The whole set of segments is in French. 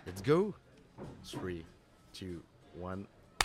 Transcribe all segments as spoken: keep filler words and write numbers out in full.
Let's go. three, two, one.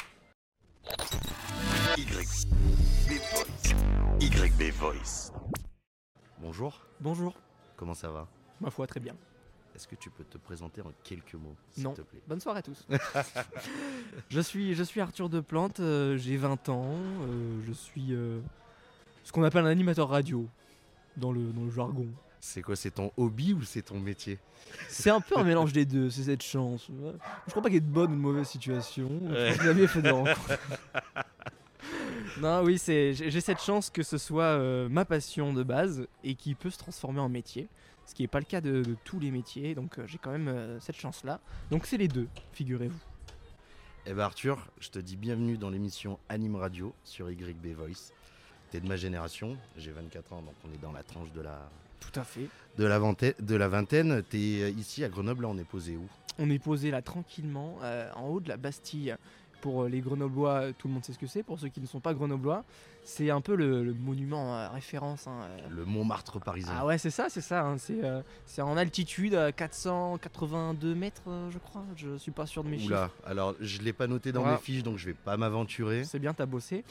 Y B Voice. Y B Voice. Bonjour, Bonjour, comment ça va? ma foi très bien. Est-ce que tu peux te présenter en quelques mots, s'il Non. te plaît? Bonne soirée à tous. je, suis, je suis Arthur Deplante, euh, j'ai vingt ans, euh, je suis euh, ce qu'on appelle un animateur radio dans le, dans le jargon. C'est quoi, c'est ton hobby ou c'est ton métier? C'est un peu un mélange des deux, c'est cette chance. Je crois pas qu'il y ait de bonne ou de mauvaise situation, je Ouais. crois que la mieux est faite de rencontres. Non, oui, c'est, j'ai j'ai cette chance que ce soit euh, ma passion de base et qui peut se transformer en métier, ce qui n'est pas le cas de, de tous les métiers, donc euh, j'ai quand même euh, cette chance-là. Donc c'est les deux, figurez-vous. Eh ben Arthur, je te dis bienvenue dans l'émission Anime Radio sur Y B Voice. T'es de ma génération, j'ai vingt-quatre ans, donc on est dans la tranche de la, Tout à fait. de la, vingtaine, de la vingtaine. T'es euh, ici à Grenoble, là on est posé où? On est posé là tranquillement euh, en haut de la Bastille. Pour euh, les Grenoblois, euh, tout le monde sait ce que c'est. Pour ceux qui ne sont pas Grenoblois, c'est un peu le, le monument euh, référence. hein, euh. Le Montmartre parisien. Ah ouais, c'est ça, c'est ça. hein, C'est euh, c'est en altitude, à quatre cent quatre-vingt-deux mètres, euh, je crois. Je suis pas sûr de mes chiffres. Oula, alors je l'ai pas noté dans Voilà. mes fiches, donc je vais pas m'aventurer. C'est bien, t'as bossé.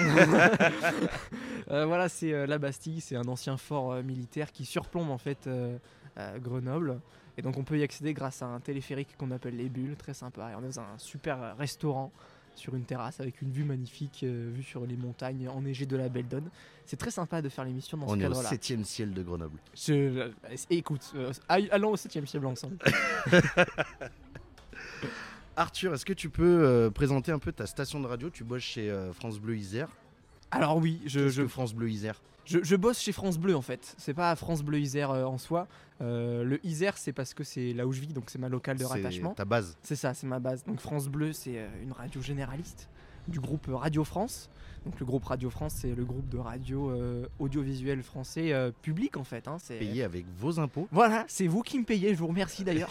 Euh, voilà, c'est euh, la Bastille, c'est un ancien fort euh, militaire qui surplombe en fait euh, euh, Grenoble. Et donc on peut y accéder grâce à un téléphérique qu'on appelle les Bulles, très sympa. Et on est dans un super euh, restaurant sur une terrasse avec une vue magnifique, euh, vue sur les montagnes enneigées de la Belle Donne. C'est très sympa de faire l'émission dans On ce est au cadre-là. septième ciel de Grenoble. Je- euh, écoute, euh, aille- allons au septième ciel ensemble. Arthur, est-ce que tu peux euh, présenter un peu ta station de radio? Tu bosses chez euh, France Bleu Isère. Alors oui, je, Qu'est-ce je, que France Bleu Isère? Je, je bosse chez France Bleu en fait, c'est pas France Bleu Isère euh, en soi. Euh, le Isère c'est parce que c'est là où je vis, donc c'est ma locale de C'est rattachement. ta base. C'est ça, c'est ma base. Donc France Bleu c'est euh, une radio généraliste du groupe Radio France. Donc le groupe Radio France c'est le groupe de radio euh, audiovisuel français euh, public en fait. hein. C'est... Payé avec vos impôts. Voilà, c'est vous qui me payez, je vous remercie d'ailleurs.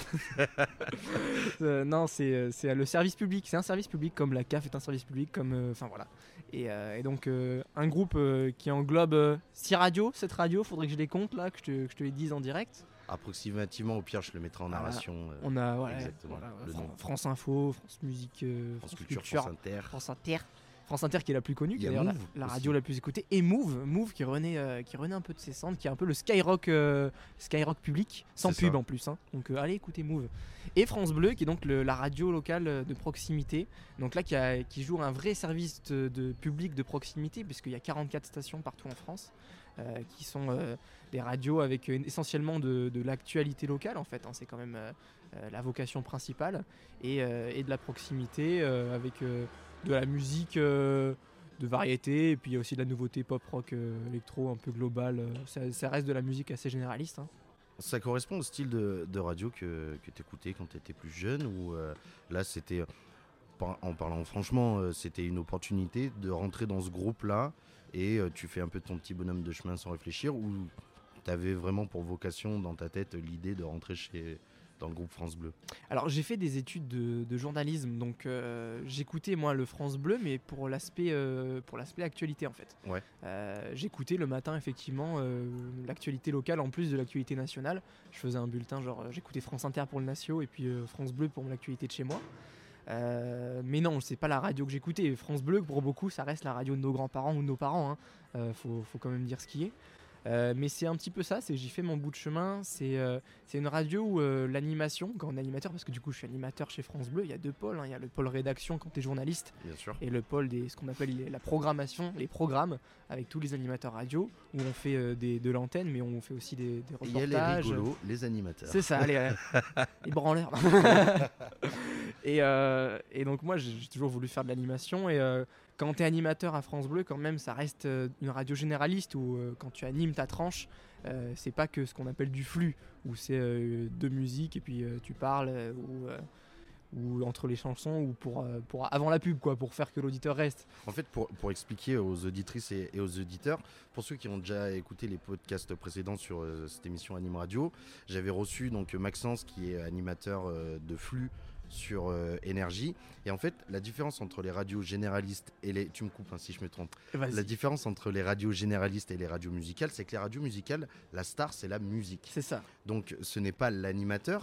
Euh, non, c'est, euh, c'est le service public, c'est un service public comme la C A F est un service public, comme. euh, Enfin voilà. Et, euh, et donc euh, un groupe euh, qui englobe six radios, sept radios, faudrait que je les compte là, que je te, que je te les dise en direct. Approximativement, au pire, je le mettrai en Voilà. narration. euh, On a voilà, Exactement, voilà, le Fran- nom. France Info, France Musique, euh, France France, Culture, Culture, France Inter. France Inter. France Inter qui est la plus connue, Il qui y est a d'ailleurs la, Move la aussi. radio la plus écoutée, et Move, Move qui renaît, euh, qui renaît un peu de ses cendres, qui est un peu le Skyrock, euh, Skyrock public, sans C'est pub ça. en plus. hein. Donc euh, allez écouter Move. Et France Bleu qui est donc le- la radio locale euh, de proximité, donc là qui, a- qui joue un vrai service de, de public de proximité, puisqu'il y a quarante-quatre stations partout en France, euh, qui sont euh, des radios avec euh, essentiellement de, de l'actualité locale en fait. hein. C'est quand même euh, euh, la vocation principale, et, euh, et de la proximité euh, avec euh, de la musique euh, de variété, et puis il y a aussi de la nouveauté pop rock euh, électro un peu globale. euh, ça, ça reste de la musique assez généraliste. hein. Ça correspond au style de, de radio que, que tu écoutais quand tu étais plus jeune, ou euh, là c'était, euh, par- en parlant franchement, euh, c'était une opportunité de rentrer dans ce groupe-là et euh, tu fais un peu ton petit bonhomme de chemin sans réfléchir, ou tu avais vraiment pour vocation dans ta tête l'idée de rentrer chez, dans le groupe France Bleu? Alors j'ai fait des études de, de journalisme, donc euh, j'écoutais moi le France Bleu, mais pour l'aspect euh, pour l'aspect actualité en fait. Ouais. Euh, j'écoutais le matin effectivement euh, l'actualité locale en plus de l'actualité nationale. Je faisais un bulletin genre euh, j'écoutais France Inter pour le Natio et puis euh, France Bleu pour l'actualité de chez moi. Euh, mais non, c'est pas la radio que j'écoutais. France Bleu pour beaucoup ça reste la radio de nos grands-parents ou de nos parents. Hein. Euh, faut, faut quand même dire ce qui est. Euh, mais c'est un petit peu ça, c'est que j'y fais mon bout de chemin. C'est euh, c'est une radio où euh, l'animation, quand on est animateur, parce que du coup je suis animateur chez France Bleu, il y a deux pôles. hein. Il y a le pôle rédaction quand tu es journaliste, Bien sûr. et le pôle des ce qu'on appelle les- la programmation, les programmes, avec tous les animateurs radio, où on fait euh, des, de l'antenne, mais on fait aussi des, des Et il y a les reportages. rigolos, les animateurs. C'est ça, allez, euh, les branleurs. et, euh, et donc moi j'ai j'ai toujours voulu faire de l'animation, et euh, quand tu es animateur à France Bleu, quand même ça reste euh, une radio généraliste où euh, quand tu animes ta tranche, euh, c'est pas que ce qu'on appelle du flux, où c'est euh, de musique et puis euh, tu parles, euh, ou, euh, ou entre les chansons, ou pour, euh, pour avant la pub quoi, pour faire que l'auditeur reste. En fait, pour, pour expliquer aux auditrices et, et aux auditeurs, pour ceux qui ont déjà écouté les podcasts précédents sur euh, cette émission Anime Radio, j'avais reçu donc Maxence qui est animateur euh, de flux sur euh, Énergie. Et en fait, la différence entre les radios généralistes et les... Tu me coupes hein, si je me trompe. Vas-y. La différence entre les radios généralistes et les radios musicales, c'est que les radios musicales, la star, c'est la musique. C'est ça. Donc, ce n'est pas l'animateur,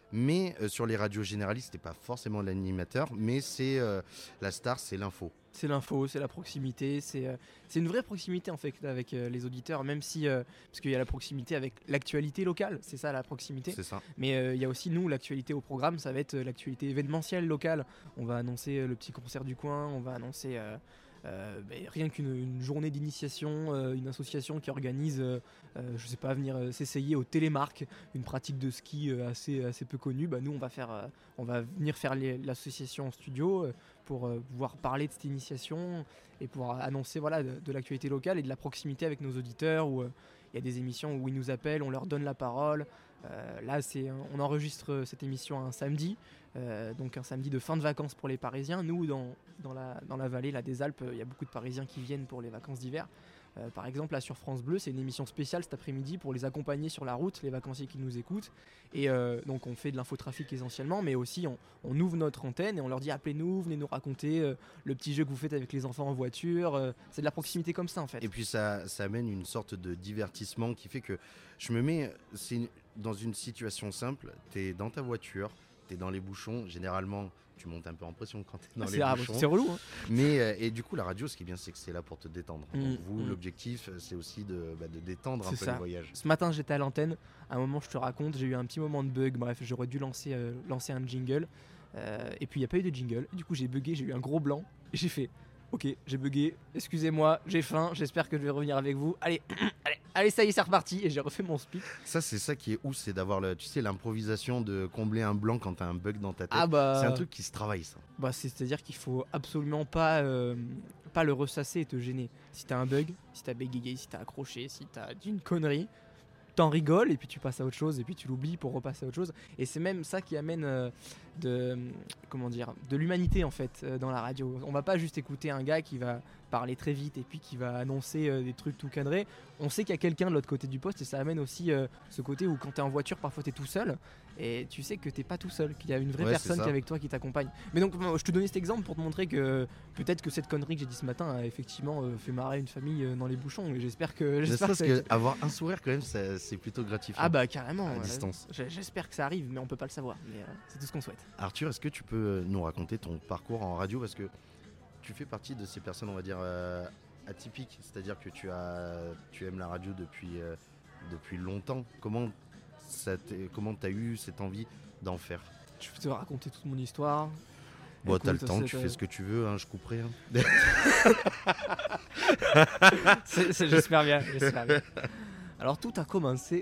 Mais euh, sur les radios généralistes, c'était pas forcément l'animateur, mais c'est euh, la star, c'est l'info. C'est l'info, c'est la proximité, c'est euh, c'est une vraie proximité en fait avec euh, les auditeurs, même si euh, parce qu'il y a la proximité avec l'actualité locale, c'est ça la proximité. C'est ça. Mais euh, il y a aussi nous l'actualité au programme, ça va être euh, l'actualité événementielle locale. On va annoncer euh, le petit concert du coin, on va annoncer euh, euh, bah, rien qu'une une journée d'initiation, euh, une association qui organise, euh, euh, je sais pas, venir euh, s'essayer au télémark, une pratique de ski euh, assez assez peu connue. Bah nous on va faire, euh, on va venir faire les- l'association en studio. euh, pour euh, pouvoir parler de cette initiation et pouvoir annoncer voilà, de, de l'actualité locale et de la proximité avec nos auditeurs où euh, il y a des émissions où ils nous appellent, on leur donne la parole. Euh, là, c'est, on enregistre cette émission un samedi, euh, donc un samedi de fin de vacances pour les Parisiens. Nous, dans, dans, la, dans la vallée là, des Alpes, il y a beaucoup de Parisiens qui viennent pour les vacances d'hiver. Euh, par exemple, là sur France Bleu, c'est une émission spéciale cet après-midi pour les accompagner sur la route, les vacanciers qui nous écoutent. Et euh, donc on fait de l'infotrafic essentiellement, mais aussi on, on ouvre notre antenne et on leur dit appelez-nous, venez nous raconter euh, le petit jeu que vous faites avec les enfants en voiture. Euh, c'est de la proximité comme ça en fait. Et puis ça, ça amène une sorte de divertissement qui fait que je me mets c'est une- dans une situation simple. Tu es dans ta voiture, tu es dans les bouchons. Généralement, tu montes un peu en pression quand tu es dans Ah, les c'est, ah, bouchons. c'est relou. Hein. Mais, euh, et du coup, la radio, ce qui est bien, c'est que c'est là pour te détendre. Mm, Donc, vous, mm. l'objectif, c'est aussi de, bah, de détendre un C'est peu ça. les voyages. Ce matin, j'étais à l'antenne. À un moment, je te raconte, j'ai eu un petit moment de bug. Bref, j'aurais dû lancer, euh, lancer un jingle. Euh, et puis, il n'y a pas eu de jingle. Du coup, j'ai bugué, j'ai eu un gros blanc. Et j'ai fait ok, j'ai bugué. Excusez-moi, j'ai faim. J'espère que je vais revenir avec vous. Allez, allez, allez, ça y est, c'est reparti. Et j'ai refait mon speak. Ça, c'est ça qui est ouf, c'est d'avoir, le, tu sais, l'improvisation de combler un blanc quand tu as un bug dans ta tête. Ah bah. C'est un truc qui se travaille, ça. Bah, c'est- c'est-à-dire qu'il faut absolument pas, euh, pas le ressasser et te gêner. Si t'as un bug, si t'as bégayé, si t'as accroché, si t'as dit une connerie, t'en rigoles et puis tu passes à autre chose et puis tu l'oublies pour repasser à autre chose. Et c'est même ça qui amène euh, de, comment dire, de l'humanité en fait euh, dans la radio. On va pas juste écouter un gars qui va parler très vite et puis qui va annoncer euh, des trucs tout cadrés. On sait qu'il y a quelqu'un de l'autre côté du poste et ça amène aussi euh, ce côté où quand t'es en voiture, parfois t'es tout seul et tu sais que t'es pas tout seul, qu'il y a une vraie Ouais, c'est personne ça. qui est avec toi, qui t'accompagne. Mais donc moi, je te donnais cet exemple pour te montrer que peut-être que cette connerie que j'ai dit ce matin a effectivement euh, fait marrer une famille euh, dans les bouchons. Et j'espère que Ne j'espère que, serait-ce ça- que avoir un sourire, quand même, ça- c'est plutôt gratifiant. ah bah carrément. à ouais. distance. J'- J'espère que ça arrive, mais on peut pas le savoir. Mais euh, c'est tout ce qu'on souhaite. Arthur, est-ce que tu peux euh, nous raconter ton parcours en radio? Parce que tu fais partie de ces personnes, on va dire, euh, atypiques. C'est-à-dire que tu, as, tu aimes la radio depuis, euh, depuis longtemps. Comment ça t'est- comment t'as eu cette envie d'en faire? Je vais te raconter toute mon histoire. Bon, t'as le Écoute, temps, c'est- tu fais ce que tu veux, hein, je couperai. hein. C'est- c'est- J'espère bien, j'espère bien. Alors tout a commencé.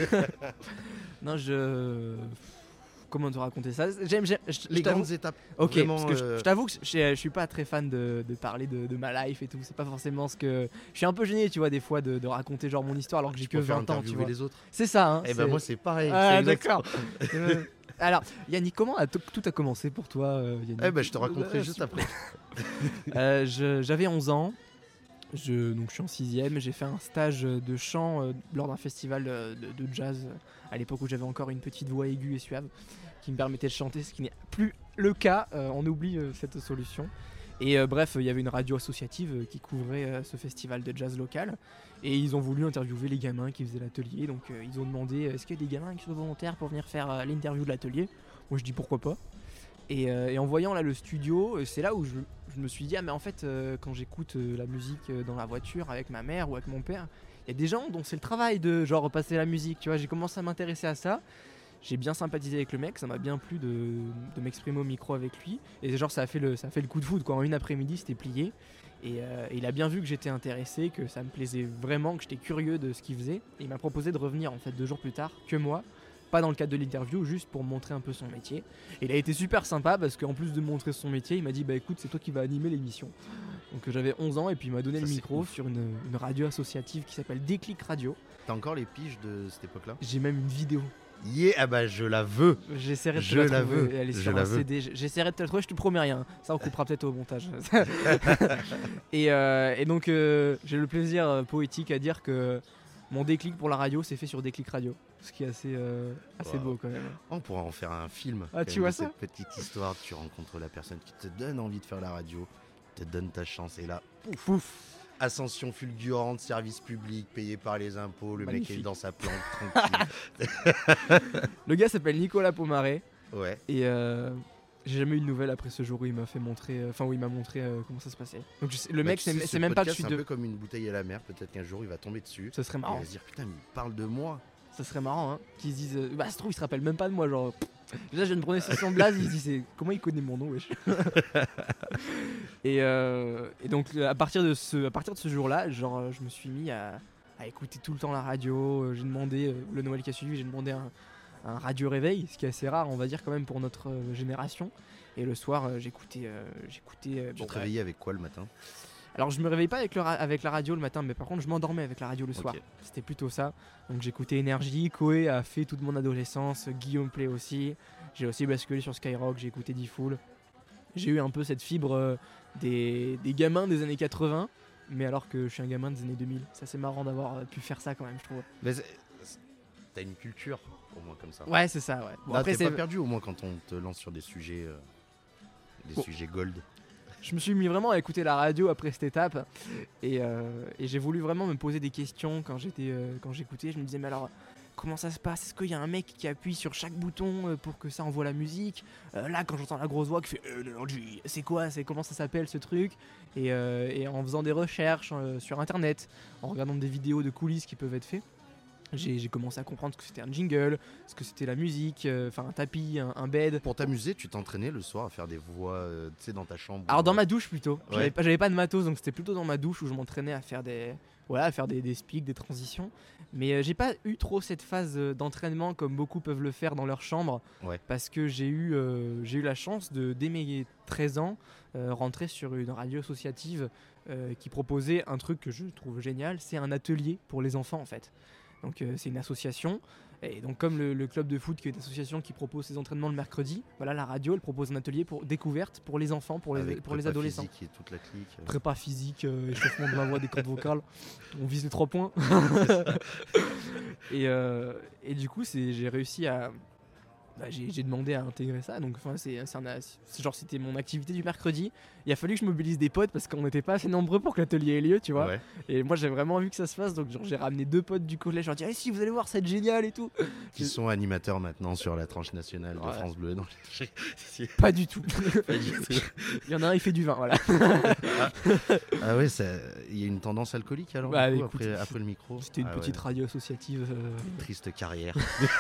Non, je. Comment te raconter ça? J'aime, j'aime- je- je Les t'avoue- grandes étapes. Ok, vraiment, parce que je, euh, je t'avoue que je, je suis pas très fan de, de parler de, de ma life et tout. C'est pas forcément ce que. Je suis un peu gêné, tu vois, des fois, de, de raconter genre mon histoire alors que j'ai tu que préfères vingt ans, tu interviewer vois. les autres. C'est ça, hein. Eh ben c'est- moi c'est pareil. Ah, c'est exactement- d'accord. Euh, Alors, Yannick, comment a t- tout a commencé pour toi, euh, Yannick? Eh ben je te raconterai Euh, juste après. Euh, je- J'avais onze ans, je, donc je suis en sixième, j'ai fait un stage de chant euh, lors d'un festival euh, de, de jazz euh, à l'époque où j'avais encore une petite voix aiguë et suave qui me permettait de chanter, ce qui n'est plus le cas, euh, on oublie euh, cette solution. Et euh, bref, il y avait une radio associative euh, qui couvrait euh, ce festival de jazz local et ils ont voulu interviewer les gamins qui faisaient l'atelier, donc euh, ils ont demandé euh, est-ce qu'il y a des gamins qui sont volontaires pour venir faire euh, l'interview de l'atelier. Moi je dis pourquoi pas. Et, euh, et en voyant là le studio, euh, c'est là où je, je me suis dit ah mais en fait euh, quand j'écoute euh, la musique euh, dans la voiture avec ma mère ou avec mon père, il y a des gens dont c'est le travail de genre passer la musique, tu vois. J'ai commencé à m'intéresser à ça. J'ai bien sympathisé avec le mec, ça m'a bien plu de, de m'exprimer au micro avec lui. Et genre ça a fait le, ça a fait le coup de foudre quoi. En une après-midi c'était plié. Et, euh, et il a bien vu que j'étais intéressé, que ça me plaisait vraiment, que j'étais curieux de ce qu'il faisait. Et il m'a proposé de revenir en fait deux jours plus tard que moi. Pas dans le cadre de l'interview, juste pour montrer un peu son métier. Et il a été super sympa parce qu'en plus de montrer son métier, il m'a dit bah écoute c'est toi qui vas animer l'émission. Donc euh, j'avais onze ans et puis il m'a donné Ça, le c'est micro ouf. sur une, une radio associative qui s'appelle Déclic Radio. T'as encore les piges de cette époque-là? J'ai même une vidéo. Yeah, ah bah je la veux. J'essaierai de te Je la la trouver. veux, Elle est je sur la un veux. C D. J- J'essaierai de te la trouver, je te promets rien. Ça on coupera peut-être au montage. et, euh, et donc euh, j'ai le plaisir euh, poétique à dire que mon déclic pour la radio s'est fait sur Déclic Radio. Ce qui est assez, euh, assez Wow. beau quand même. On pourra en faire un film. Ah, quand tu même, vois de ça cette petite histoire, tu rencontres la personne qui te donne envie de faire la radio, te donne ta chance et là, pouf, Pouf. Ascension fulgurante, service public, payé par les impôts, le Magnifique. mec est dans sa planque, tranquille. Le gars s'appelle Nicolas Pomaré Ouais. et euh, j'ai jamais eu de nouvelles après ce jour où il m'a fait montrer, euh, enfin où il m'a montré euh, comment ça se passait. Donc je sais- le Bah, mec, tu c'est sais, c'est ce même pas que je podcast, suis c'est un de. peu comme une bouteille à la mer. Peut-être qu'un jour il va tomber dessus. Ça serait Et il marrant. va se dire putain, mais il parle de moi. Ça serait marrant, hein, qu'ils se disent. euh, Bah, ça se trouve, il se rappelle même pas de moi, genre. pff, Déjà, j'ai une prononciation de blaze, il se dit c'est- comment il connaît mon nom, wesh. et, euh, et donc, à partir de ce, à partir de ce jour-là, genre, euh, je me suis mis à, à écouter tout le temps la radio. euh, J'ai demandé, euh, le Noël qui a suivi, j'ai demandé un, un radio réveil, ce qui est assez rare, on va dire, quand même, pour notre euh, génération. Et le soir, euh, j'écoutais. euh, j'écoutais euh, Tu bon, te bah, réveillais avec quoi le matin? alors je me réveille pas avec, le ra- avec la radio le matin, mais par contre je m'endormais avec la radio le soir. Ok. C'était plutôt ça. Donc j'écoutais Énergie, Koé a fait toute mon adolescence, Guillaume Play aussi. J'ai aussi basculé sur Skyrock, j'ai écouté D-Fool. J'ai eu un peu cette fibre euh, des, des gamins des années quatre-vingts, mais alors que je suis un gamin des années deux mille. C'est assez marrant d'avoir euh, pu faire ça quand même, je trouve. Mais c'est- c'est- T'as une culture au moins comme ça. Ouais, c'est ça, ouais. Bon, Là, après, t'es c'est- pas perdu au moins quand on te lance sur des sujets, euh, des Bon. sujets gold. Je me suis mis vraiment à écouter la radio après cette étape et, euh, et j'ai voulu vraiment me poser des questions quand j'étais euh, quand j'écoutais. Je me disais mais alors comment ça se passe? Est-ce qu'il y a un mec qui appuie sur chaque bouton euh, pour que ça envoie la musique? Euh, Là quand j'entends la grosse voix qui fait euh, Energy, c'est quoi? C'est comment ça s'appelle ce truc? Et, euh, et en faisant des recherches euh, sur internet, en regardant des vidéos de coulisses qui peuvent être faites. J'ai j'ai commencé à comprendre ce que c'était un jingle, ce que c'était la musique, euh, enfin un tapis, un, un bed. Pour t'amuser, tu t'entraînais le soir à faire des voix, euh, tu sais, dans ta chambre. Alors dans ma douche plutôt. J'avais Ouais. pas, j'avais pas de matos donc c'était plutôt dans ma douche où je m'entraînais à faire des, voilà, à faire des, des speaks, des transitions. Mais euh, j'ai pas eu trop cette phase euh, d'entraînement comme beaucoup peuvent le faire dans leur chambre. Ouais. Parce que j'ai eu, euh, j'ai eu la chance de dès mes treize ans euh, rentrer sur une radio associative euh, qui proposait un truc que je trouve génial, c'est un atelier pour les enfants en fait. Donc euh, c'est une association. Et donc comme le, le club de foot qui est une association qui propose ses entraînements le mercredi, voilà la radio elle propose un atelier pour découverte pour les enfants, pour les, Avec pour les prépa adolescents. physique et toute la clique. euh. Prépa physique, euh, échauffement de la voix, des cordes vocales. On vise les trois points. et, euh, et du coup, c'est, j'ai réussi à. Bah, j'ai, j'ai demandé à intégrer ça. Donc, enfin, c'est, c'est, un- c'est genre, c'était mon activité du mercredi. Il a fallu que je mobilise des potes parce qu'on n'était pas assez nombreux pour que l'atelier ait lieu, tu vois. Ouais. Et moi, j'ai vraiment envie que ça se fasse. Donc, genre, j'ai ramené deux potes du collège. Je leur ai dit, allez, si vous allez voir, c'est génial et tout. Qui sont animateurs maintenant sur la tranche nationale de Ouais. France Bleu. Non, je- si, Pas du tout. pas du tout. Il y en a un, il fait du vin, voilà. Ah ouais, ça- il y a une tendance alcoolique alors Bah, du coup, écoute, après, après le micro. C'était une Ah petite ouais. radio associative. euh, Triste carrière.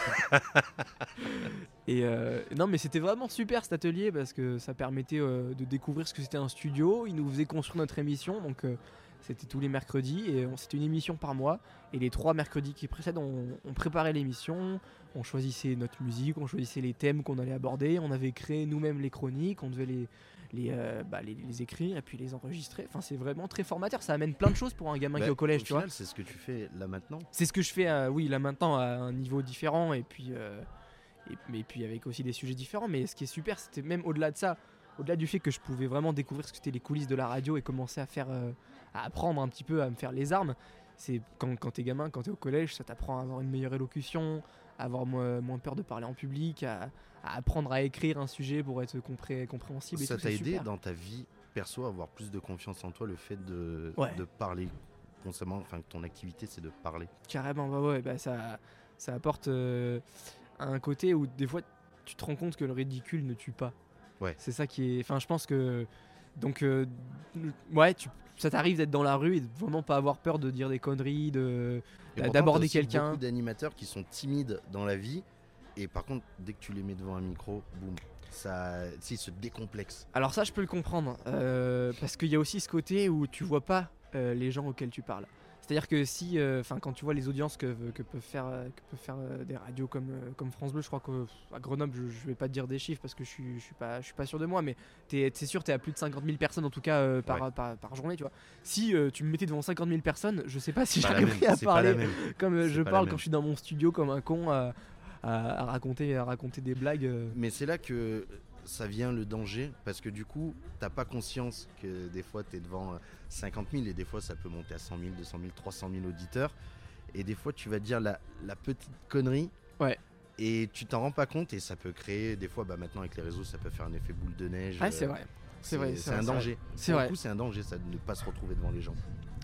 Et euh, non, mais c'était vraiment super cet atelier parce que ça permettait euh, de découvrir ce que c'était un studio. Ils nous faisaient construire notre émission, donc euh, c'était tous les mercredis et on- c'était une émission par mois. Et les trois mercredis qui précèdent, on, on préparait l'émission, on choisissait notre musique, on choisissait les thèmes qu'on allait aborder, on avait créé nous-mêmes les chroniques, on devait les, les, euh, bah, les, les écrire et puis les enregistrer. Enfin, c'est vraiment très formateur. Ça amène plein de choses pour un gamin qui est Bah, au collège, au tu vois. final, c'est ce que tu fais là maintenant. C'est ce que je fais, euh, oui, là maintenant à un niveau différent et puis, euh, et, mais puis avec aussi des sujets différents. Mais ce qui est super, c'était même au-delà de ça, au-delà du fait que je pouvais vraiment découvrir ce que c'était les coulisses de la radio et commencer à faire, euh, à apprendre un petit peu à me faire les armes. C'est quand, quand t'es gamin, quand t'es au collège, ça t'apprend à avoir une meilleure élocution, à avoir moins, moins peur de parler en public, à, à apprendre à écrire un sujet pour être compré- compréhensible. Et Ça tout, t'a c'est aidé super. dans ta vie perso à avoir plus de confiance en toi, le fait de, Ouais. de parler constamment, enfin que ton activité c'est de parler. Carrément, bah ouais, bah ça, ça apporte euh, un côté où des fois tu te rends compte que le ridicule ne tue pas. Ouais. C'est ça qui est. Enfin, je pense que. Donc, euh, ouais, tu, ça t'arrive d'être dans la rue et de vraiment pas avoir peur de dire des conneries, de, Et d'a- pourtant, d'aborder t'as aussi quelqu'un. beaucoup d'animateurs qui sont timides dans la vie et par contre dès que tu les mets devant un micro, boum, ça, tu sais, ils se décomplexent. Alors, ça, je peux le comprendre. euh, parce qu'il y a aussi ce côté où tu vois pas euh, les gens auxquels tu parles. C'est-à-dire que si, enfin, quand tu vois les audiences que, que peuvent faire, euh, que peuvent faire euh, des radios comme, euh, comme France Bleu, je crois qu'à Grenoble, je, je vais pas te dire des chiffres parce que je suis, je suis pas, je suis pas sûr de moi, mais t'es, c'est sûr, t'es à plus de cinquante mille personnes en tout cas euh, par, Ouais. par, par journée, tu vois. Si euh, tu me mettais devant cinquante mille personnes, je sais pas si Pas la j'arriverais même, à c'est pas la parler même. comme euh, c'est je pas la parle même. quand je suis dans mon studio comme un con à, à- à raconter, à raconter des blagues. euh. Mais c'est là que ça vient le danger parce que du coup, t'as pas conscience que des fois t'es devant euh, cinquante mille et des fois ça peut monter à cent mille, deux cent mille, trois cent mille auditeurs. Et des fois tu vas dire la, la petite connerie. Ouais. Et tu t'en rends pas compte et ça peut créer, des fois, bah maintenant avec les réseaux, ça peut faire un effet boule de neige. Ouais, c'est euh, vrai. C'est vrai, C'est vrai, un c'est vrai. danger. C'est Pour vrai. le coup, c'est un danger ça de ne pas se retrouver devant les gens.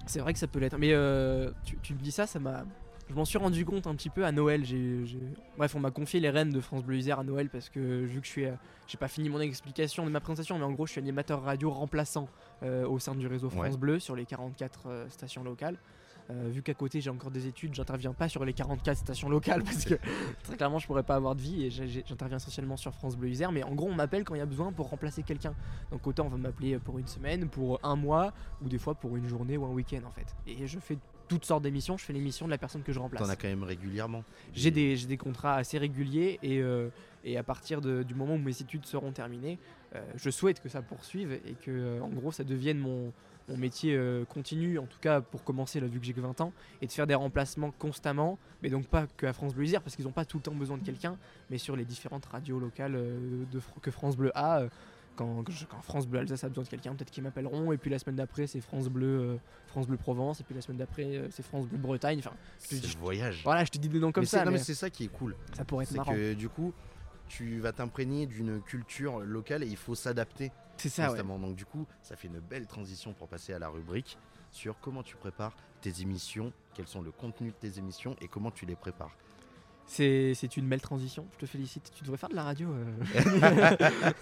C'est vrai que ça peut l'être. Mais euh, tu, tu me dis ça, ça m'a. Je m'en suis rendu compte un petit peu à Noël. J'ai, j'ai... Bref, on m'a confié les rênes de France Bleu Isère à Noël parce que vu que je suis, euh, j'ai pas fini mon explication de ma présentation, mais en gros, je suis animateur radio remplaçant euh, au sein du réseau France Ouais. Bleu sur les quarante-quatre euh, stations locales. Euh, vu qu'à côté j'ai encore des études, j'interviens pas sur les quarante-quatre stations locales parce que très clairement je pourrais pas avoir de vie et j'ai- j'ai- j'interviens essentiellement sur France Bleu Isère. Mais en gros, on m'appelle quand il y a besoin pour remplacer quelqu'un. Donc autant on va m'appeler pour une semaine, pour un mois ou des fois pour une journée ou un week-end en fait. Et je fais toutes sortes d'émissions. Je fais l'émission de la personne que je remplace. T'en as quand même régulièrement. J'ai des, j'ai des contrats assez réguliers et, euh, et à partir de- du moment où mes études seront terminées, euh, je souhaite que ça poursuive et que euh, en gros ça devienne mon, mon métier euh, continu, en tout cas pour commencer là vu que j'ai que vingt ans, et de faire des remplacements constamment, mais donc pas que à France Bleu Isère parce qu'ils n'ont pas tout le temps besoin de quelqu'un, mais sur les différentes radios locales euh, de, Fr- que France Bleu a. euh, Quand, quand France Bleu Alsace a besoin de quelqu'un, peut-être qu'ils m'appelleront. Et puis la semaine d'après, c'est France Bleu, euh, France Bleu Provence. Et puis la semaine d'après, euh, c'est France Bleu Bretagne. Enfin, je te C'est dis- le voyage. voilà, je te dis des noms comme mais c'est, ça, non, mais mais c'est ça qui est cool. ça pourrait être C'est marrant. que du coup, tu vas t'imprégner d'une culture locale et il faut s'adapter C'est ça, ouais. constamment. Donc du coup, ça fait une belle transition pour passer à la rubrique sur comment tu prépares tes émissions, quels sont le contenu de tes émissions et comment tu les prépares. C'est, c'est une belle transition, je te félicite. Tu devrais faire de la radio. euh.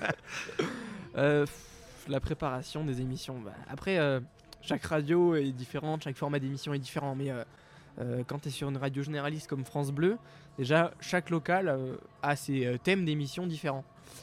Euh, pff, la préparation des émissions. Bah, après, euh, chaque radio est différente, chaque format d'émission est différent. Mais euh, euh, quand tu es sur une radio généraliste comme France Bleu, déjà, chaque local euh, a ses euh, thèmes d'émissions différents.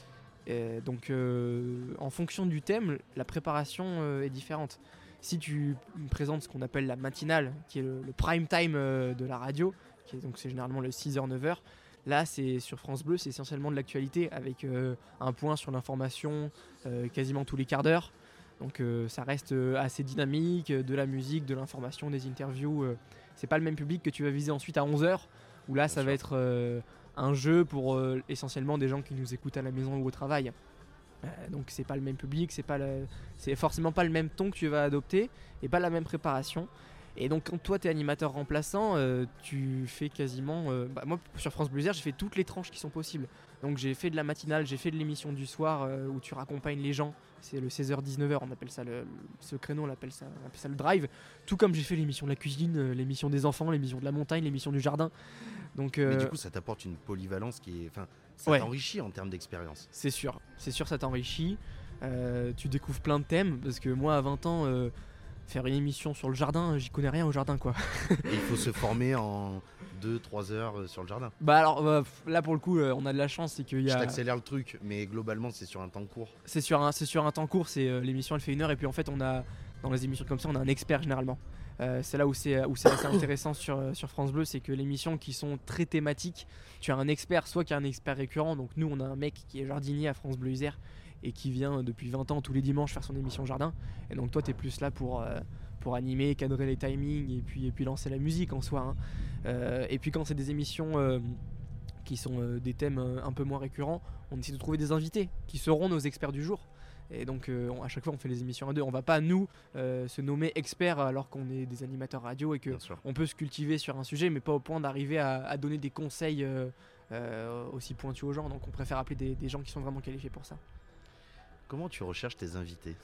Euh, donc, euh, en fonction du thème, la préparation euh, est différente. Si tu me présentes ce qu'on appelle la matinale, qui est le, le prime time euh, de la radio, qui est, donc c'est généralement le six heures neuf heures, là c'est sur France Bleu, c'est essentiellement de l'actualité avec euh, un point sur l'information euh, quasiment tous les quarts d'heure. Donc euh, ça reste euh, assez dynamique, euh, de la musique, de l'information, des interviews. Euh, c'est pas le même public que tu vas viser ensuite à onze heures, où là Bien ça sûr. va être euh, un jeu pour euh, essentiellement des gens qui nous écoutent à la maison ou au travail. Euh, donc c'est pas le même public, c'est pas le, c'est forcément pas le même ton que tu vas adopter et pas la même préparation. Et donc quand toi t'es animateur remplaçant, euh, tu fais quasiment, euh, bah, moi sur France Bleu Isère j'ai fait toutes les tranches qui sont possibles. Donc j'ai fait de la matinale, j'ai fait de l'émission du soir euh, où tu raccompagnes les gens, c'est le seize heures dix-neuf heures, on appelle ça le, le- ce créneau, on appelle ça, on appelle ça le drive. Tout comme j'ai fait l'émission de la cuisine, euh, l'émission des enfants, l'émission de la montagne, l'émission du jardin. Donc euh, Mais du coup, ça t'apporte une polyvalence qui est, enfin, ça Ouais. t'enrichit en termes d'expérience. c'est sûr, c'est sûr ça t'enrichit. Euh, tu découvres plein de thèmes parce que moi à vingt ans, euh, faire une émission sur le jardin, j'y connais rien au jardin quoi. Et il faut se former en deux trois heures euh, sur le jardin. Bah alors euh, pff, là pour le coup euh, on a de la chance, c'est qu'il y Je a... t'accélère le truc, mais globalement, c'est sur un temps court. C'est sur un, c'est sur un temps court, c'est euh, l'émission elle fait une heure et puis en fait on a dans les émissions comme ça on a un expert généralement. Euh, c'est là où c'est où c'est assez intéressant sur, euh, sur France Bleu, c'est que les émissions qui sont très thématiques, tu as un expert, soit qui est un expert récurrent, donc nous on a un mec qui est jardinier à France Bleu Isère et qui vient depuis vingt ans tous les dimanches faire son émission jardin, et donc toi t'es plus là pour, euh, pour animer, cadrer les timings et puis, et puis lancer la musique en soi, hein. Euh, et puis quand c'est des émissions euh, qui sont euh, des thèmes euh, un peu moins récurrents, on essaie de trouver des invités qui seront nos experts du jour. Et donc euh, on- à chaque fois on fait les émissions à deux. On va pas nous euh, se nommer experts alors qu'on est des animateurs radio et que Bien sûr. on peut se cultiver sur un sujet, mais pas au point d'arriver à, à donner des conseils euh, euh, aussi pointus aux gens. Donc on préfère appeler des, des gens qui sont vraiment qualifiés pour ça. Comment tu recherches tes invités?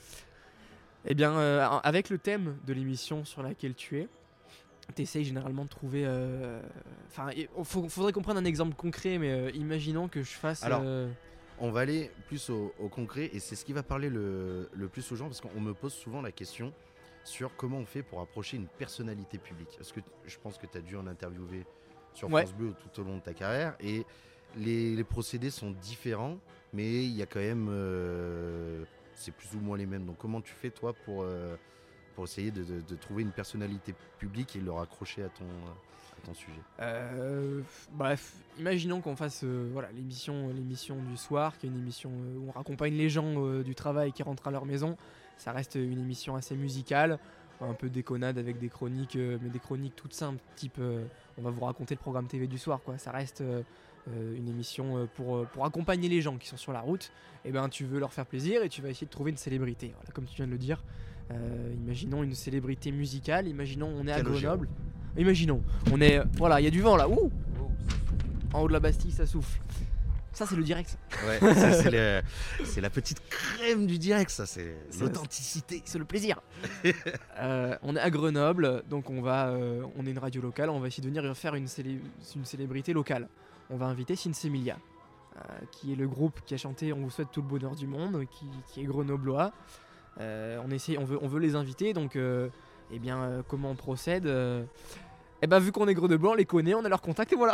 Eh bien, euh, avec le thème de l'émission sur laquelle tu es, t'essayes généralement de trouver. euh, Enfin, il faut- faudrait qu'on prenne un exemple concret, mais euh, imaginons que je fasse. Alors, euh, On va aller plus au, au concret et c'est ce qui va parler le, le plus aux gens parce qu'on me pose souvent la question sur comment on fait pour approcher une personnalité publique. Parce que t- je pense que tu as dû en interviewer sur Ouais. France Bleu tout au long de ta carrière et les, les procédés sont différents, mais il y a quand même. euh, c'est plus ou moins les mêmes. Donc comment tu fais toi pour, euh, pour essayer de, de- de trouver une personnalité publique et le raccrocher à ton, à ton sujet? Euh, bref, imaginons qu'on fasse euh, voilà, l'émission, l'émission du soir, qui est une émission euh, où on raccompagne les gens euh, du travail qui rentrent à leur maison. Ça reste une émission assez musicale, un peu déconnade avec des chroniques, euh, mais des chroniques toutes simples, type euh, on va vous raconter le programme T V du soir, quoi. Ça reste euh, euh, une émission euh, pour, euh, pour accompagner les gens qui sont sur la route. Et ben tu veux leur faire plaisir et tu vas essayer de trouver une célébrité. Voilà, comme tu viens de le dire. Euh, imaginons une célébrité musicale, imaginons on est à Calogero. Grenoble. Imaginons, on est. Voilà, il y a du vent là. Ouh, en haut de la Bastille, ça souffle. Ça, c'est le direct. Ouais, ça, c'est, le- c'est la petite crème du direct, ça, c'est C'est- l'authenticité. C'est le plaisir. Euh, on est à Grenoble, donc on va, euh, on est une radio locale. On va essayer de venir faire une, célé- une célébrité locale. On va inviter Sinsemilia, euh, qui est le groupe qui a chanté On vous souhaite tout le bonheur du monde, qui, qui est grenoblois. Euh, on essaie, on veut, on veut les inviter. Donc, euh, eh bien, euh, comment on procède euh, Eh ben, vu qu'on est grenoblois, on les connaît, on a leur contact et voilà.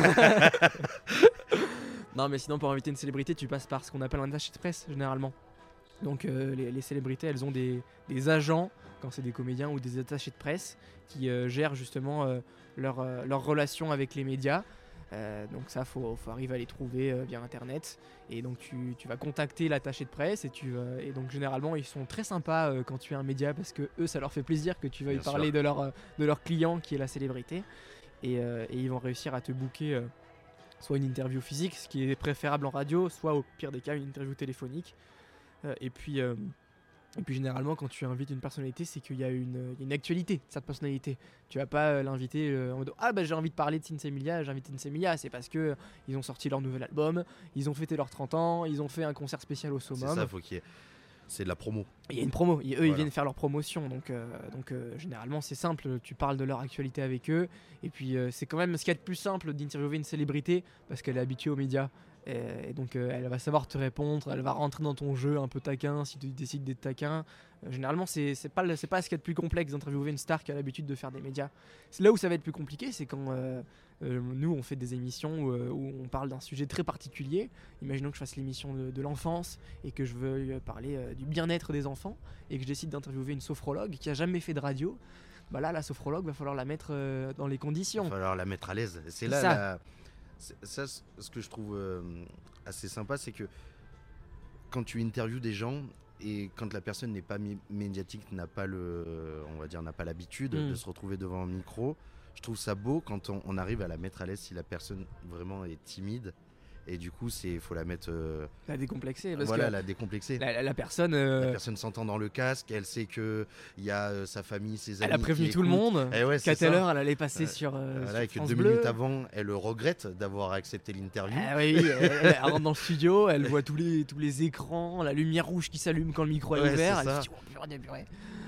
Non, mais sinon, pour inviter une célébrité, tu passes par ce qu'on appelle un attaché de presse, généralement. Donc, euh, les, les célébrités, elles ont des, des agents, quand c'est des comédiens, ou des attachés de presse, qui euh, gèrent justement euh, leur, euh, leur relation avec les médias. Euh, donc ça, faut, faut arriver à les trouver euh, via Internet. Et donc, tu, tu vas contacter l'attaché de presse. Et, tu, euh, et donc, généralement, ils sont très sympas euh, quand tu es un média, parce que eux, ça leur fait plaisir que tu veuilles Bien parler sûr. de leur, euh, de leur client, qui est la célébrité. Et, euh, et ils vont réussir à te booker... euh, soit une interview physique, ce qui est préférable en radio, soit au pire des cas une interview téléphonique. Euh, et, puis, euh, et puis généralement quand tu invites une personnalité, c'est qu'il y a une, une actualité de cette personnalité. Tu vas pas euh, l'inviter euh, en mode ah bah j'ai envie de parler de Sinsemilia, j'ai invité Sinsemilia, c'est parce que euh, ils ont sorti leur nouvel album, ils ont fêté leurs trente ans, ils ont fait un concert spécial au C'est Summum. ça, faut qu'il y ait... C'est de la promo. Il y a une promo, et eux ils Voilà. viennent faire leur promotion, donc, euh, donc euh, généralement c'est simple, tu parles de leur actualité avec eux, et puis euh, c'est quand même ce qu'il y a de plus simple d'interviewer une célébrité, parce qu'elle est habituée aux médias, et, et donc euh, elle va savoir te répondre, elle va rentrer dans ton jeu un peu taquin si tu décides d'être taquin. Euh, généralement c'est, c'est, pas, le- c'est pas ce qu'il y a de plus complexe d'interviewer une star qui a l'habitude de faire des médias. C'est là où ça va être plus compliqué, c'est quand euh, euh, nous on fait des émissions où, euh, où on parle d'un sujet très particulier. Imaginons que je fasse l'émission de, de l'enfance et que je veuille euh, parler euh, du bien-être des enfants et que je décide d'interviewer une sophrologue qui a jamais fait de radio. Bah là la sophrologue va falloir la mettre euh, dans les Il conditions. va falloir la mettre à l'aise. C'est C'est là, ça. la- c'est- ça, c- ce que je trouve euh, assez sympa, c'est que quand tu interviews des gens et quand la personne n'est pas mi- médiatique, n'a pas le, on va dire, n'a pas l'habitude Mm. de se retrouver devant un micro, je trouve ça beau quand on, on arrive à la mettre à l'aise si la personne vraiment est timide. Et du coup, c'est, faut la mettre, euh, La décomplexer parce voilà, que la décomplexer. la, la- la personne, euh, La personne s'entend dans le casque, elle sait que il y a euh, sa famille, ses amis. elle a prévenu qui tout le écoutent. monde Eh ouais, qu'à c'est telle ça. heure elle allait passer Euh, sur, euh, Voilà, sur et que France deux Bleu. minutes avant, elle regrette d'avoir accepté l'interview. Ah oui, oui, elle, elle rentre dans le studio, elle voit tous les, tous les écrans, la lumière rouge qui s'allume quand le micro est Ouais, ouvert. c'est Elle ça. se dit, oh purée, purée.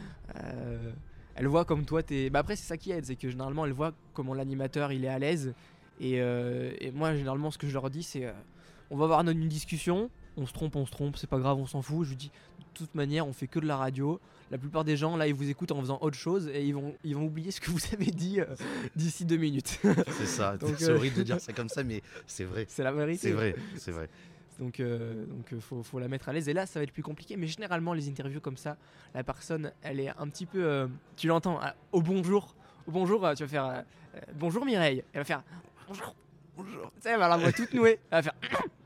Euh, elle voit comme toi, t'es. Bah après, c'est ça qui aide, c'est que généralement, elle voit comment l'animateur il est à l'aise. Et, euh, et moi, généralement, ce que je leur dis, c'est euh, on va avoir une discussion, on se trompe, on se trompe, c'est pas grave, on s'en fout. Je lui dis, de toute manière, on fait que de la radio. La plupart des gens, là, ils vous écoutent en faisant autre chose et ils vont, ils vont oublier ce que vous avez dit euh, d'ici deux minutes. C'est ça. Donc, c'est euh, horrible de dire ça comme ça, mais c'est vrai. C'est la vérité. C'est vrai, c'est vrai. Donc, euh, donc euh, faut, faut la mettre à l'aise. Et là, ça va être plus compliqué. Mais généralement, les interviews comme ça, la personne, elle est un petit peu. euh, tu l'entends ah, au bonjour. Au bonjour, euh, tu vas faire euh, euh, bonjour Mireille. Elle va faire bonjour, bonjour. Tu sais, elle va la voix toute nouée. Elle va faire.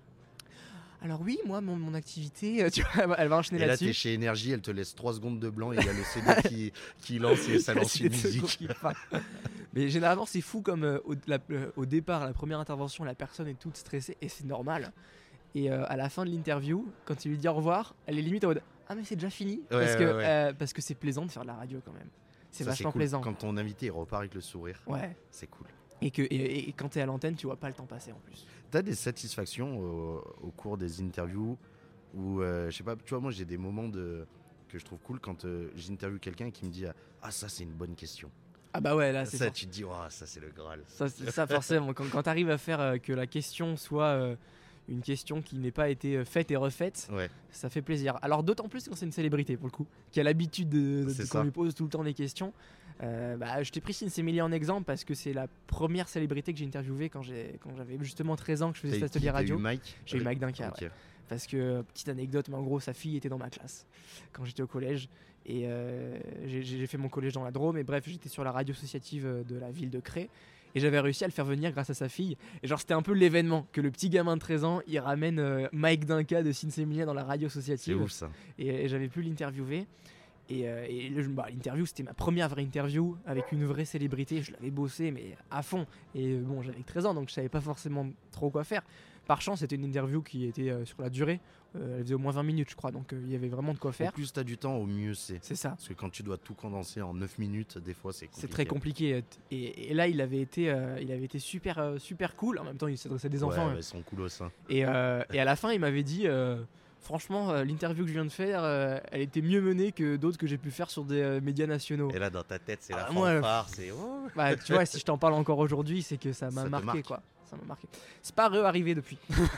Alors oui, moi, mon, mon activité, euh, tu vois, elle va- elle va enchaîner Et là, là-dessus. t'es chez Énergie, elle te laisse trois secondes de blanc et il y a le C D qui, qui lance et ça lance C'est une des secours musique. qui partent. Mais généralement, c'est fou comme euh, au, la- euh, au départ, la première intervention, la personne est toute stressée et c'est normal. Et euh, à la fin de l'interview, quand tu lui dis au revoir, elle est limite en mode ah mais c'est déjà fini Ouais, parce que ouais, ouais. euh, parce que c'est plaisant de faire de la radio quand même. C'est Ça, vachement cool. plaisant. Quand ton invité il repart avec le sourire, Ouais. c'est cool. Et que et, et quand t'es à l'antenne, tu vois pas le temps passer en plus. T'as des satisfactions au, au cours des interviews où, euh, je sais pas, tu vois, moi j'ai des moments de, que je trouve cool quand euh, j'interviewe quelqu'un qui me dit ah ça c'est une bonne question. Ah bah ouais là c'est Ça fort. tu te dis oh, ça c'est le Graal. Ça, c'est- ça forcément. Quand, quand t'arrives à faire euh, que la question soit euh, une question qui n'ait pas été euh, faite et refaite, Ouais. ça fait plaisir. Alors d'autant plus quand c'est une célébrité pour le coup, qui a l'habitude de, de- C'est qu'on ça. lui pose tout le temps des questions. Euh, bah, je t'ai pris Sinsemilia en exemple parce que c'est la première célébrité que j'ai interviewée quand, j'ai, quand j'avais justement treize ans que je faisais T'as cet eu- atelier t'as radio. eu Mike J'ai eu Mike Duncan, Ok. ouais. Parce que, petite anecdote, mais en gros, sa fille était dans ma classe quand j'étais au collège. Et euh, j'ai, j'ai fait mon collège dans la Drôme. Et bref, j'étais sur la radio associative euh, de la ville de Cré. Et j'avais réussi à le faire venir grâce à sa fille. Et genre, c'était un peu l'événement que le petit gamin de treize ans, il ramène euh, Mike Duncan de Sinsemilia dans la radio C'est associative. ouf ça. Et, et j'avais pu l'interviewer. Et, euh, et le- bah, l'interview, c'était ma première vraie interview avec une vraie célébrité. Je l'avais bossé, mais à fond. Et euh, bon, j'avais treize ans, donc je savais pas forcément trop quoi faire. Par chance, c'était une interview qui était euh, sur la durée. Euh, elle faisait au moins vingt minutes, je crois. Donc, il euh, y avait vraiment de quoi Au faire. plus t'as du temps, au mieux c'est. C'est ça. Parce que quand tu dois tout condenser en neuf minutes, des fois c'est compliqué. C'est très compliqué. Et, et là, il avait été, euh, il avait été super, euh, super cool. En même temps, il s'adressait à des enfants. Ouais, hein. ouais, ils sont cool au sein. Et, euh, et à la fin, il m'avait dit euh, franchement, euh, l'interview que je viens de faire, euh, elle était mieux menée que d'autres que j'ai pu faire sur des euh, médias nationaux. Et là, dans ta tête, c'est Ah, la moi, fanfare, c'est. Oh. Bah, tu vois, si je t'en parle encore aujourd'hui, c'est que ça m'a Ça te marqué, marque. quoi. Ça m'a marqué. C'est pas re-arrivé depuis.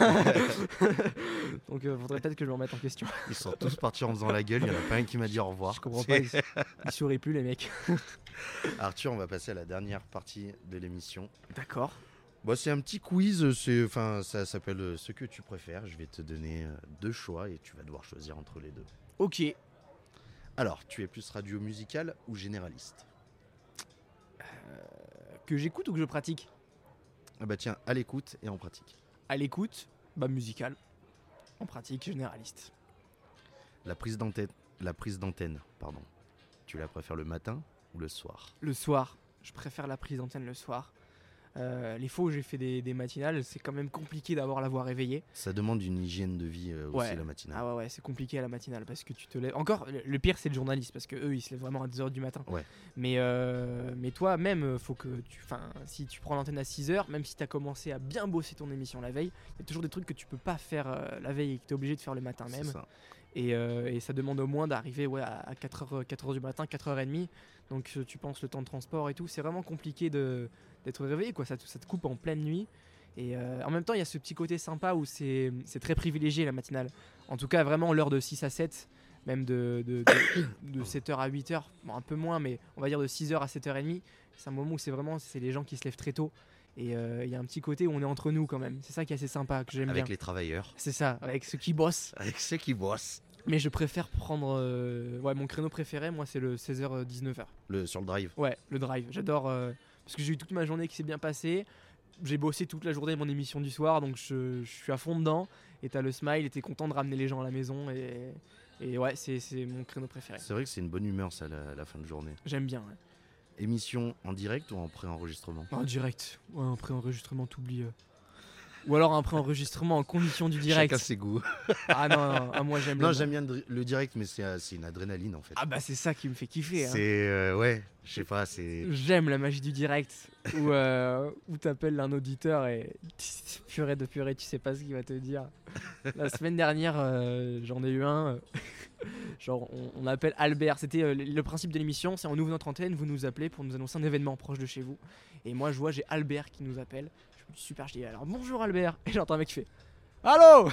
Donc, euh, faudrait peut-être que je me remette en question. Ils sont tous partis en faisant la gueule, il y en a pas un qui m'a dit au revoir. Je comprends pas, ils, ils sourient plus, les mecs. Arthur, on va passer à la dernière partie de l'émission. D'accord. Bon, c'est un petit quiz, c'est, enfin, ça s'appelle euh, ce que tu préfères. Je vais te donner euh, deux choix et tu vas devoir choisir entre les deux. Ok. Alors, tu es plus radio musical ou généraliste? Que j'écoute ou que je pratique? Ah bah tiens, à l'écoute et en pratique. À l'écoute, bah musical. En pratique, généraliste. La prise d'antenne, la prise d'antenne, pardon. Tu la préfères le matin ou le soir? Le soir, je préfère la prise d'antenne le soir. Euh, les fois où j'ai fait des, des matinales, c'est quand même compliqué d'avoir la voix réveillée. Ça demande une hygiène de vie euh, aussi Ouais. la matinale. Ah ouais, ouais, c'est compliqué à la matinale parce que tu te lèves. Encore, le- le pire, c'est le journaliste parce que eux, ils se lèvent vraiment à deux heures du matin. Ouais. Mais, euh, mais toi, même, faut que tu. Enfin, si tu prends l'antenne à six heures, même si tu as commencé à bien bosser ton émission la veille, il y a toujours des trucs que tu peux pas faire euh, la veille et que tu es obligé de faire le matin C'est même. ça. Et, euh, et ça demande au moins d'arriver ouais, à quatre heures du matin, quatre heures trente. Donc euh, tu penses le temps de transport et tout. C'est vraiment compliqué de, d'être réveillé. Quoi. Ça, te- ça te coupe en pleine nuit. Et euh, en même temps, il y a ce petit côté sympa où c'est, c'est très privilégié la matinale. En tout cas, vraiment l'heure de six à sept, même de, de, de, de sept heures à huit heures. Bon, un peu moins, mais on va dire de six heures à sept heures trente. C'est un moment où c'est vraiment c'est les gens qui se lèvent très tôt. Et euh, il y a un petit côté où on est entre nous quand même. C'est ça qui est assez sympa, que j'aime Avec bien. les travailleurs, C'est ça, avec ceux qui bossent. avec ceux qui bossent. Mais je préfère prendre. euh, Ouais, mon créneau préféré, moi, c'est le seize heures dix-neuf heures. Le, sur le drive. Ouais, le drive. J'adore. euh, Parce que j'ai eu toute ma journée qui s'est bien passée. J'ai bossé toute la journée mon émission du soir, donc je, je suis à fond dedans. Et t'as le smile, et t'es content de ramener les gens à la maison. Et, et ouais, c'est, c'est mon créneau préféré. C'est vrai que c'est une bonne humeur ça la, la fin de journée. J'aime bien. Ouais. Émission en direct ou en pré-enregistrement? En direct. Ouais, un pré-enregistrement, t'oublies. euh. Ou alors un pré-enregistrement en condition du direct. Chacun ses goûts. Ah non, non, ah, moi j'aime Non, le- j'aime bien le le direct, mais c'est, euh, c'est une adrénaline en fait. Ah bah c'est ça qui me fait kiffer. hein. C'est euh, ouais, je sais pas, c'est J'aime la magie du direct où, euh, où t'appelles un auditeur et purée de purée, tu sais pas ce qu'il va te dire. La semaine dernière, euh, j'en ai eu un. euh, genre, on, on appelle Albert. C'était euh, le principe de l'émission, c'est on ouvre notre antenne, vous nous appelez pour nous annoncer un événement proche de chez vous. Et moi, je vois, j'ai Albert qui nous appelle. Je me dis super, je dis alors bonjour Albert. Et j'entends un mec qui fait allô.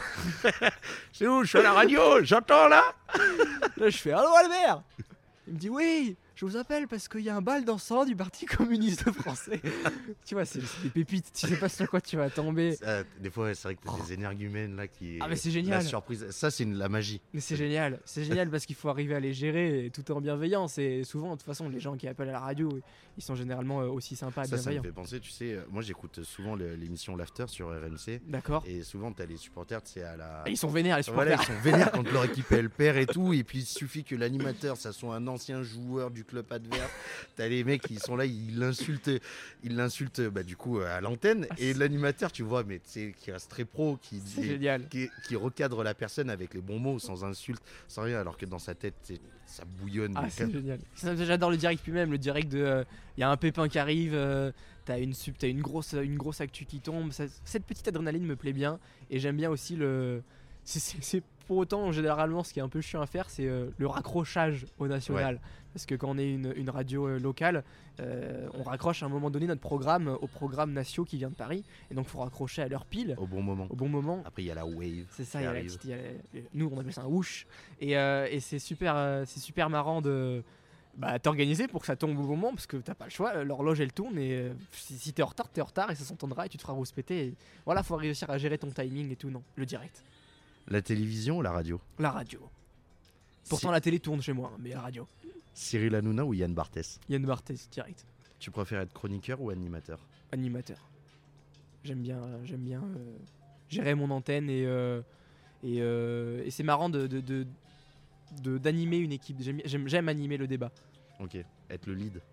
c'est où? Je suis à la radio, j'entends là. Là, je fais allô Albert. Il me dit oui, je vous appelle parce qu'il y a un bal dansant du Parti communiste français. Tu vois, c'est c'est des pépites, tu sais pas sur quoi tu vas tomber. Euh, des fois, ouais, c'est vrai que t'as des énergumènes là qui. Ah, mais c'est La génial. surprise, ça c'est une- la magie. Mais c'est génial, c'est génial parce qu'il faut arriver à les gérer et tout en bienveillance. Et souvent, de toute façon, les gens qui appellent à la radio, ils sont généralement euh, aussi sympas et Ça, ça me bienveillants. fait penser, tu sais, euh, moi j'écoute souvent le- l'émission L'After sur R M C D'accord. et souvent t'as les supporters, tu sais, à la. Et ils sont vénères, les Voilà, supporters. ils sont vénères quand leur équipe elle perd et tout, et puis il suffit que l'animateur, ça soit un ancien joueur du club adverse. T'as les mecs qui sont là, ils l'insultent, ils l'insultent bah, du coup à l'antenne, Ah, et c'est- l'animateur, tu vois, mais tu sais, qui reste très pro, qui, C'est dit- génial. qui, qui recadre la personne avec les bons mots, sans insulte, sans rien, alors que dans sa tête, tu sais, ça bouillonne. Ah, mais c'est quand- génial. Ça, J'adore le direct, puis même le direct de. Il y a un pépin qui arrive, euh, t'as une, sub- t'as une, grosse, une grosse actu qui tombe. Ça- cette petite adrénaline me plaît bien. Et j'aime bien aussi le. c'est- C'est c'est pour autant, généralement, ce qui est un peu chiant à faire, c'est euh, le raccrochage au national. Parce que quand on est une, une radio euh, locale, euh, on raccroche à un moment donné notre programme au programme national qui vient de Paris. Et donc, il faut raccrocher à l'heure pile, Au bon moment. au bon moment. Après, il y a la wave. C'est ça, qui il y a la arrive. petite- il y a la- nous on appelle ça un whoosh. Et, euh, et c'est super, euh, c'est super marrant de bah, t'organiser pour que ça tombe au bon moment parce que t'as pas le choix, l'horloge elle tourne et euh, si, si t'es en retard, t'es en retard et ça s'entendra et tu te feras rouspéter. Et voilà, faut réussir à gérer ton timing et tout, non, le direct. La télévision ou la radio? La radio. Pourtant Ci- la télé tourne chez moi, hein, mais la radio. Cyril Hanouna ou Yann Barthès? Yann Barthès, direct. Tu préfères être chroniqueur ou animateur? Animateur. J'aime bien, euh, j'aime bien euh, gérer mon antenne et, euh, et, euh, et c'est marrant de, de, de- de- d'animer une équipe. J'aime, j'aime, j'aime animer le débat. Ok. Être le lead?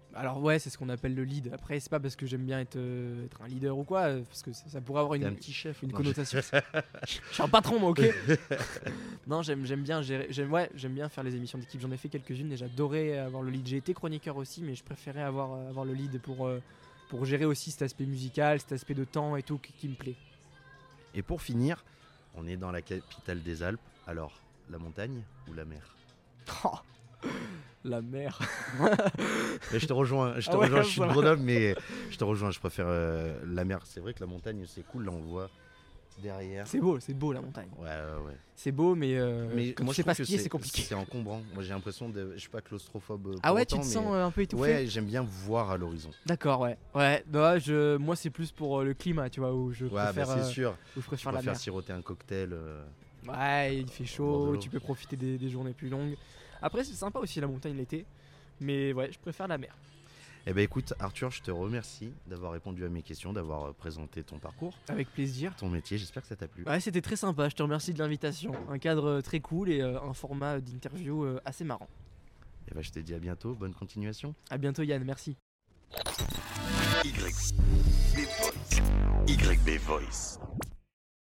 Alors ouais, c'est ce qu'on appelle le lead. Après, c'est pas parce que j'aime bien être, euh, être un leader ou quoi, euh, parce que ça, ça pourrait avoir T'es un une, petit chef. une Non, connotation. Je suis un patron, moi, ok. Non, j'aime, j'aime bien gérer, j'aime, ouais, j'aime bien faire les émissions d'équipe. J'en ai fait quelques-unes et j'adorais avoir le lead. J'ai été chroniqueur aussi, mais je préférais avoir, euh, avoir le lead pour, euh, pour gérer aussi cet aspect musical, cet aspect de temps et tout qui, qui me plaît. Et pour finir, on est dans la capitale des Alpes. Alors, la montagne ou la mer? Oh, la mer. Mais je te rejoins, je te Ah ouais, rejoins, je suis de voilà. Grenoble, mais je te rejoins, je préfère euh, la mer. C'est vrai que la montagne, c'est cool, là on voit derrière. C'est beau, c'est beau la montagne. Ouais, ouais, ouais. C'est beau, mais, euh, Mais quand moi, tu sais je pas trouve que skier, c'est compliqué. C'est encombrant. Moi, j'ai l'impression de. Je suis pas claustrophobe. euh, Ah pour ouais, autant, tu te mais- sens euh, un peu étouffé. Ouais, j'aime bien voir à l'horizon. D'accord, ouais. Ouais, non, je, moi c'est plus pour euh, le climat, tu vois, où je Ouais, bah, préfère, c'est euh, sûr. où je Je préfère la préfère mer. siroter un cocktail. euh, Ouais, il fait bord de chaud, l'eau. tu peux profiter des, des journées plus longues. Après, c'est sympa aussi la montagne l'été, mais ouais, je préfère la mer. Eh ben écoute, Arthur, je te remercie d'avoir répondu à mes questions, d'avoir euh, présenté ton parcours, Avec plaisir. ton métier. J'espère que ça t'a plu. Ouais, c'était très sympa, je te remercie de l'invitation. Un cadre euh, très cool et euh, un format d'interview euh, assez marrant. Eh ben, je te dis à bientôt. Bonne continuation. À bientôt Yann, merci. Y B Voice. Y B Voice.